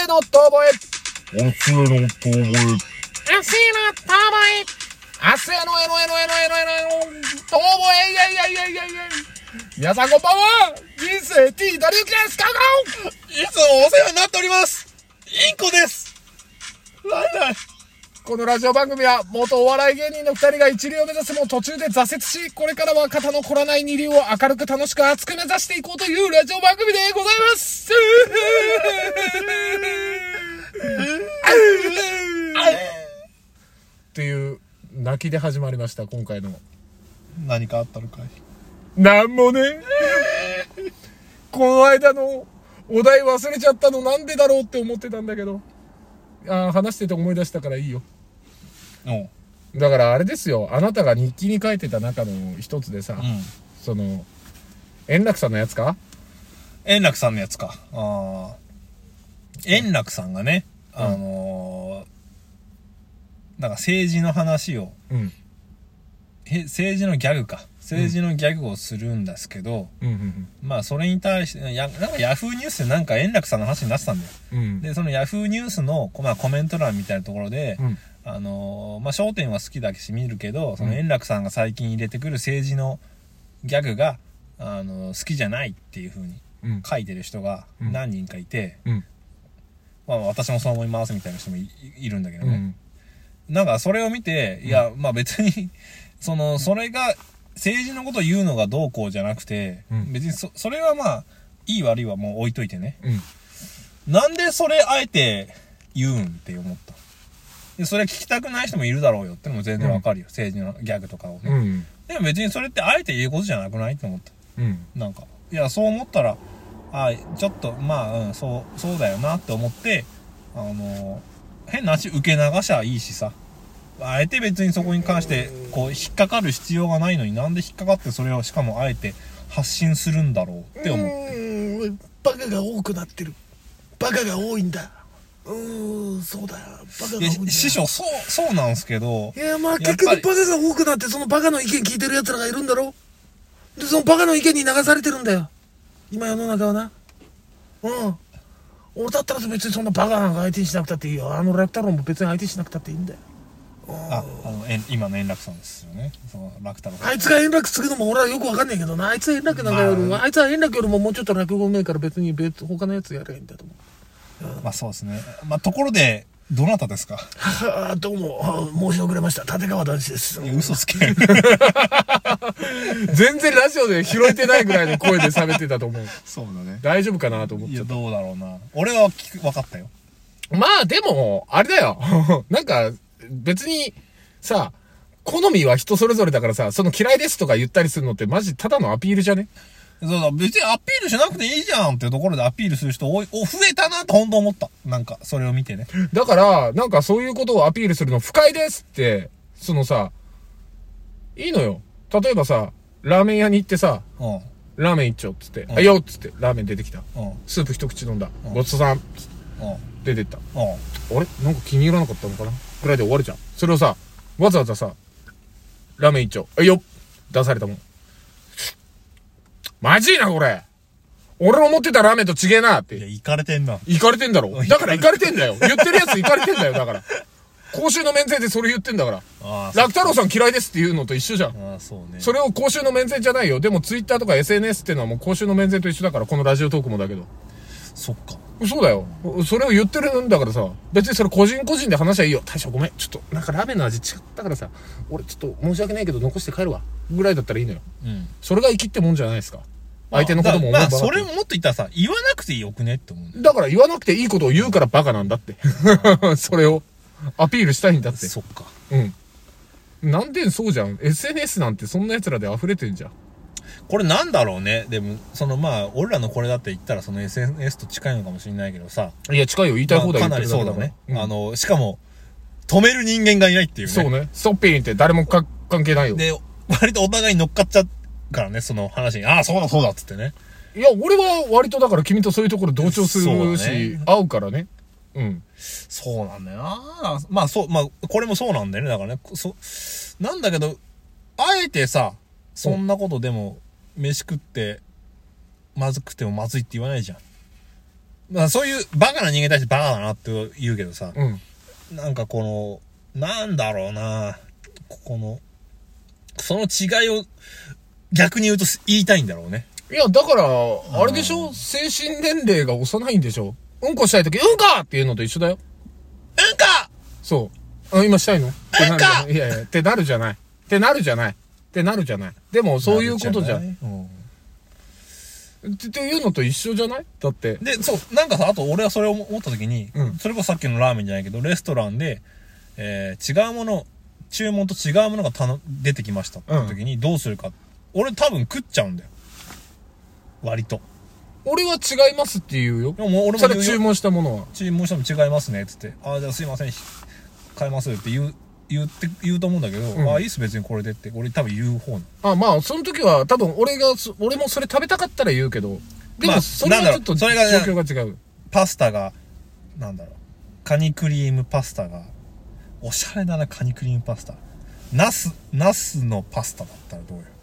への遠吠え。 明日への遠吠え。 明日への遠吠え。明日への遠吠え。いやいやいやいやいや。皆さんこんばんは。人生 T ダリユキです。カウカウ。 いつもお世話になっております。インコです。 このラジオ番組は元お笑い芸人の2人が一流を目指すも途中で挫折し、これからは肩の凝らない二流を明るく楽しく熱く目指していこうというラジオ番組でございます。っていう泣きで始まりました今回の。 何かあったのかい？ なんもね。この間のお題忘れちゃったのなんでだろうって思ってたんだけど、話してて思い出したからいいよ。だからあれですよ、あなたが日記に書いてた中の一つでさ、その円楽さんのやつか？ 円楽さんのやつか。円楽さんがね、なんか政治の話を、政治のギャグか。政治のギャグをするんですけど、まあそれに対してなんかヤフーニュースでなんか円楽さんの話になってたんだよ。でそのヤフーニュースの、まあ、コメント欄みたいなところで、まあ笑点は好きだし見るけど、その円楽さんが最近入れてくる政治のギャグが好きじゃないっていう風に書いてる人が何人かいて、まあ私もそう思いますみたいな人も いるんだけどね。なんかそれを見て、いやまあ別にそれが政治のことを言うのがどうこうじゃなくて、別にそれはまあいい悪いはもう置いといてね、なんでそれあえて言うんって思った。でそれ聞きたくない人もいるだろうよってのも全然わかるよ、政治のギャグとかをね、でも別にそれってあえて言うことじゃなくないって思った、なんかいやそう思ったらちょっとまあ、そうだよなって思って、変な話受け流しゃいいしさ、あえて別にそこに関してこう引っかかる必要がないのに、なんで引っかかってそれをしかもあえて発信するんだろうって思って。 バカが多くなってる。バカが多いんだ。そうだよ。バカが多いんだ。 師匠そうなんすけど、 いやまあ結局バカが多くなって、そのバカの意見聞いてる奴らがいるんだろ。でそのバカの意見に流されてるんだよ今世の中はな。俺だったら別にそんなバカなんか相手にしなくたっていいよ。楽太郎も別に相手にしなくたっていいんだよ。 今の円楽さんですよね。その楽太郎。 あいつが円楽するのも俺はよくわかんないけどな。あいつは円楽なんかよりも、あいつは円楽よりももうちょっと落語うめえから別に他のやつやればいいんだと思う。 まあそうですね。まあところでどなたですか？ どうも申し遅れました。立川談志です。 嘘つけ。 全然ラジオで拾えてないぐらいの声で喋ってたと思う。 そうだね。 大丈夫かなと思っちゃった。 いやどうだろうな。俺は分かったよ。 まあでもあれだよ。なんか別にさ、好みは人それぞれだからさ、その嫌いですとか言ったりするのってマジただのアピールじゃね？ そうだ、別にアピールしなくていいじゃんっていうところでアピールする人増えたなと本当思った。なんかそれを見てね。 だからなんかそういうことをアピールするの不快ですって、そのさ、いいのよ。例えばさ、ラーメン屋に行ってさ、ラーメン一丁っつって、あよっつってラーメン出てきた。スープ一口飲んだ。ごちそうさん。出てった。あれなんか気に入らなかったのかなぐらいで終わるじゃん。それをさ、わざわざさ、ラーメン一丁、よっ出されたもん。マジいなこれ。俺の思ってたラーメンと違えなって。 いや、イカれてんな。 イカれてんだろ。だからイカれてんだよ。言ってるやつイカれてんだよ。だから。公衆の面前でそれ言ってんだから。楽太郎さん嫌いですって言うのと一緒じゃん。 そうね。 それを公衆の面前じゃないよ。でもツイッターとか SNS っていうのはもう公衆の面前と一緒だから、このラジオトークもだけど。 そっか。 そうだよ。それを言ってるんだからさ、別にそれ個人個人で話しゃいいよ。大将ごめん。ちょっとなんかラーメンの味違ったからさ、俺ちょっと申し訳ないけど残して帰るわ。ぐらいだったらいいのよ。それが生きってもんじゃないですか。相手のことも思うばかり。 まあそれももっと言ったらさ、言わなくてよくねって思う。 だから言わなくていいことを言うからバカなんだって。それをアピールしたいんだって。 そっか。 なんでそうじゃん。SNS なんてそんな奴らで溢れてんじゃん。 これなんだろうね。でもまあ俺らのこれだって言ったらその SNS と近いのかもしれないけどさ。 いや近いよ。言いたい放題言ってるかなりそうだね。しかも止める人間がいないっていうね。 そうね。ストッピーンって誰も関係ないよ。 で割とお互いに乗っかっちゃうからね、その話に。そうだそうだっつってね。 いや俺は割とだから君とそういうところ同調するし、合うからね。 そうなんだよな。まあこれもそうなんだよね。だからね。なんだけど、あえてさ、そんなことでも飯食ってまずくてもまずいって言わないじゃん。 まあそういうバカな人間に対してバカだなって言うけどさ、なんかこの、なんだろうな、その違いを逆に言うと言いたいんだろうね。 いや、だから、あれでしょ、精神年齢が幼いんでしょ。うんこしたいとき、うんかっていうのと一緒だよ。 うんかそう。今したいのうんかいやいや、ってなるじゃない。ってなるじゃない。でも、そういうことじゃん。っていうのと一緒じゃないだって。 で、そう、なんかさ、あと俺はそれを思った時に、それこそさっきのラーメンじゃないけど、レストランで、違うもの、注文と違うものが出てきましたって時にどうするか。俺多分食っちゃうんだよ。割と。 俺は違いますって言うよ。 でも俺もそれ注文したものは。 注文したも違いますね、つって。ああ、じゃあすいません、変えますって言うと思うんだけど、ああ、いいっす別にこれでって、俺多分言う方なの。 あ、まあ、その時は多分俺もそれ食べたかったら言うけど、でもそれはちょっと状況が違う。 パスタが、なんだろう、カニクリームパスタが、おしゃれだな、カニクリームパスタ。ナスのパスタだったらどうよ。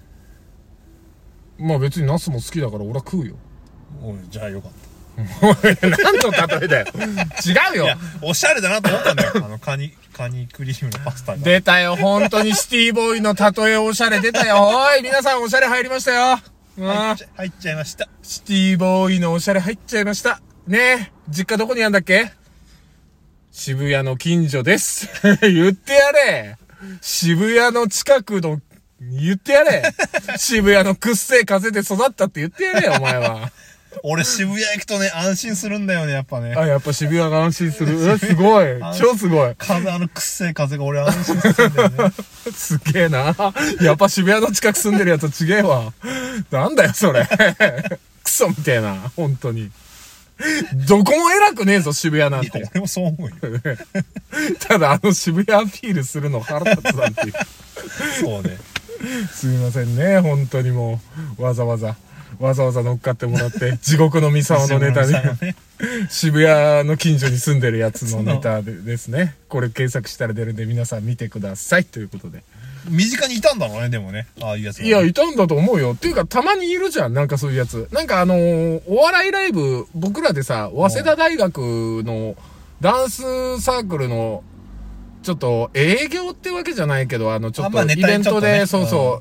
まあ別にナスも好きだから俺は食うよ。 おい、じゃあよかった。 何の例えだよ。違うよ。いや、 おしゃれだなと思ったんだよ。カニクリームのパスタが。 出たよ、本当にシティボーイの例えおしゃれ出たよ。おい、皆さんおしゃれ入りましたよ。 入っちゃいました。 シティボーイのおしゃれ入っちゃいました。ねえ、実家どこにあんだっけ？渋谷の近所です。言ってやれ。渋谷の近くの、言ってやれ。渋谷のくっせえ風で育ったって言ってやれよ、お前は。 俺渋谷行くとね、安心するんだよね、やっぱね。 あ、やっぱ渋谷が安心する。すごい。超すごい。 くっせえ風が俺安心するんだよね。 すげえな。やっぱ渋谷の近く住んでるやつはちげえわ。なんだよ、それ。クソみてえな、本当に。どこも偉くねえぞ、渋谷なんて。 いや、俺もそう思うよ。 ただ渋谷アピールするの腹立つなんていう。 そうね。 すみませんね、本当にもう、わざわざ乗っかってもらって、地獄の三沢のネタに、渋谷の近所に住んでるやつのネタですね。これ検索したら出るんで皆さん見てくださいということで。 身近にいたんだろうね、でもね。ああいうやつ、ね。 いや、いたんだと思うよ。っていうか、たまにいるじゃん、なんかそういうやつ。なんかお笑いライブ、僕らでさ、早稲田大学のダンスサークルの、ちょっと営業ってわけじゃないけど、ちょっとイベントで、ね、そうそう、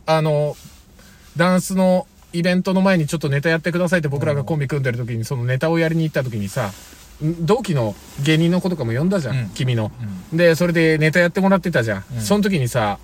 ダンスのイベントの前にちょっとネタやってくださいって僕らがコンビ組んでる時に、そのネタをやりに行った時にさ、同期の芸人の子とかも呼んだじゃん、君の。で、それでネタやってもらってたじゃん。その時にさ、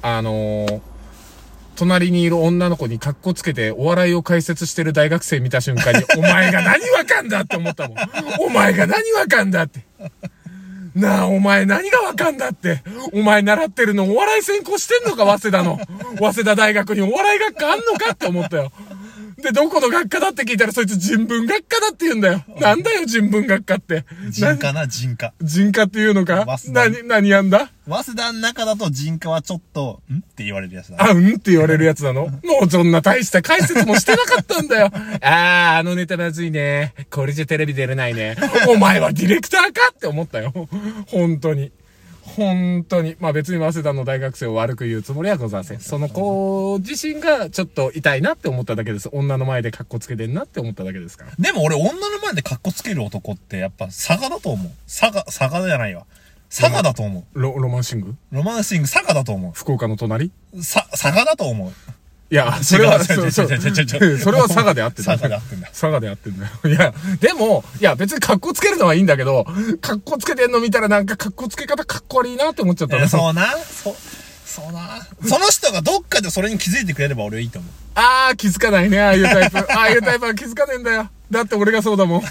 隣にいる女の子にカッコつけてお笑いを解説してる大学生見た瞬間に、お前が何わかんだって思ったもん。お前が何わかんだって。なあ、お前何がわかんだって。お前習ってるのお笑い専攻してんのか、早稲田の。早稲田大学にお笑い学科あんのかって思ったよ。で、どこの学科だって聞いたら、そいつ人文学科だって言うんだよ。なんだよ、人文学科って。 人科な、人科。 人科っていうのか？何やんだ？ 早稲田の中だと人科はちょっと、んって言われるやつだ。 あ、うんって言われるやつなの？もうそんな大した解説もしてなかったんだよ。あのネタまずいね。これじゃテレビ出れないね。お前はディレクターかって思ったよ。本当に。まあ別に早稲田の大学生を悪く言うつもりはございません。その子自身がちょっと痛いなって思っただけです。女の前でカッコつけてんなって思っただけですから。 でも俺女の前でカッコつける男ってやっぱ佐賀だと思う。佐賀じゃないわ。佐賀だと思う。 ロマンシング佐賀だと思う。 福岡の隣佐賀だと思う。 いや、それは佐賀であってんだよ。 佐賀であってんだよ。 佐賀であってんだよ。いや、でも、いや、別に格好つけるのはいいんだけど、格好つけてんの見たらなんか格好つけ方かっこ悪いなって思っちゃったの。 そうな。その人がどっかでそれに気づいてくれれば俺はいいと思う。 気づかないね、ああいうタイプ。ああいうタイプは気づかねえんだよ。だって俺がそうだもん。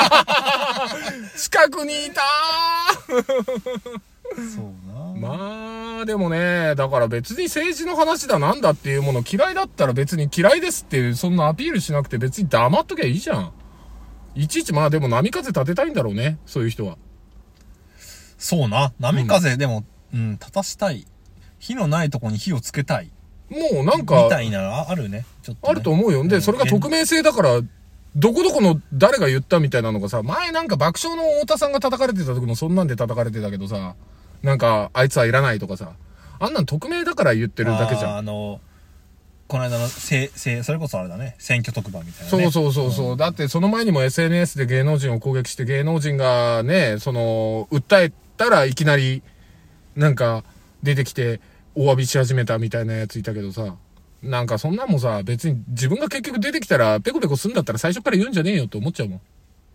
近くにいたそうな。 まあ、でもね、だから別に政治の話だなんだっていうもの嫌いだったら別に嫌いですっていう、そんなアピールしなくて別に黙っときゃいいじゃん。いちいちまあでも波風立てたいんだろうね、そういう人は。 そうな。波風でも、立たしたい。火のないとこに火をつけたい。 もうなんか。 みたいなのあるね。ちょっと、ね。 あると思うよ。で、それが匿名性だから、どこどこの誰が言ったみたいなのがさ、前なんか爆笑の太田さんが叩かれてた時もそんなんで叩かれてたけどさ、なんか、あいつはいらないとかさ、あんなん匿名だから言ってるだけじゃん。 この間のそれこそあれだね、選挙特番みたいなね。そう。だってその前にも SNS で芸能人を攻撃して芸能人がね、訴えたらいきなり、なんか出てきてお詫びし始めたみたいなやついたけどさ、なんかそんなんもさ、別に自分が結局出てきたらペコペコすんだったら最初から言うんじゃねえよって思っちゃうもん。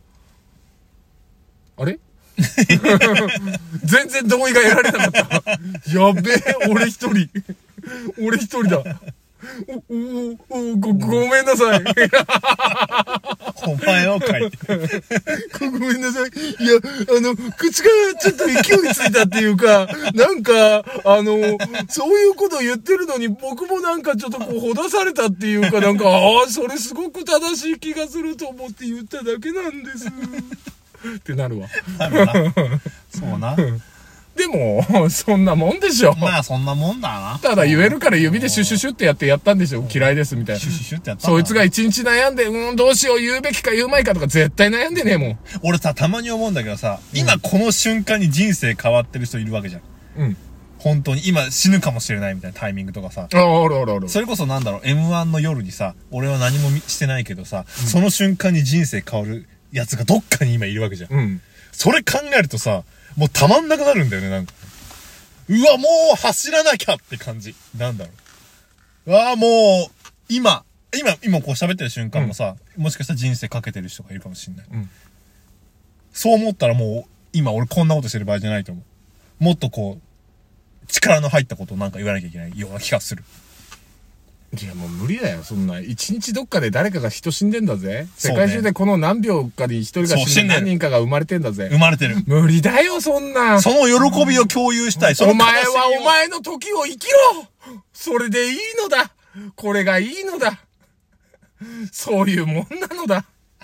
あれ全然同意が得られなかった。やべえ、俺一人だ。ごめんなさい。 お前を書いて。 ごめんなさい。いや、口がちょっと勢いついたっていうか、なんか、そういうこと言ってるのに僕もなんかちょっとこう、ほだされたっていうか、なんか、それすごく正しい気がすると思って言っただけなんです。ってなるわ。 なるな。そうな。 でも、そんなもんでしょ。 まあ、そんなもんだな。 ただ言えるから指でシュシュシュってやったんでしょ。嫌いですみたいな。 シュシュシュってやったそいつが一日悩んで、どうしよう言うべきか言うまいかとか絶対悩んでねえもん。 俺さ、たまに思うんだけどさ、今この瞬間に人生変わってる人いるわけじゃん。うん。本当に、今死ぬかもしれないみたいなタイミングとかさ。 ある。 それこそなんだろう、M1 の夜にさ、俺は何もしてないけどさ、その瞬間に人生変わるやつがどっかに今いるわけじゃん。うん。それ考えるとさ、もうたまんなくなるんだよね、なんか。うわ、もう走らなきゃって感じ。なんだろう。もう、今こう喋ってる瞬間もさ、もしかしたら人生かけてる人がいるかもしんない。うん、そう思ったらもう、今俺こんなことしてる場合じゃないと思う。もっとこう、力の入ったことをなんか言わなきゃいけないような気がする。 いやもう無理だよ、そんな。一日どっかで誰かが人死んでんだぜ。世界中でこの何秒かに一人が死んで何人かが生まれてんだぜ。 生まれてる。 無理だよ、そんな。 その喜びを共有したい。 お前はお前の時を生きろ！それでいいのだ！これがいいのだ！そういうもんなのだ。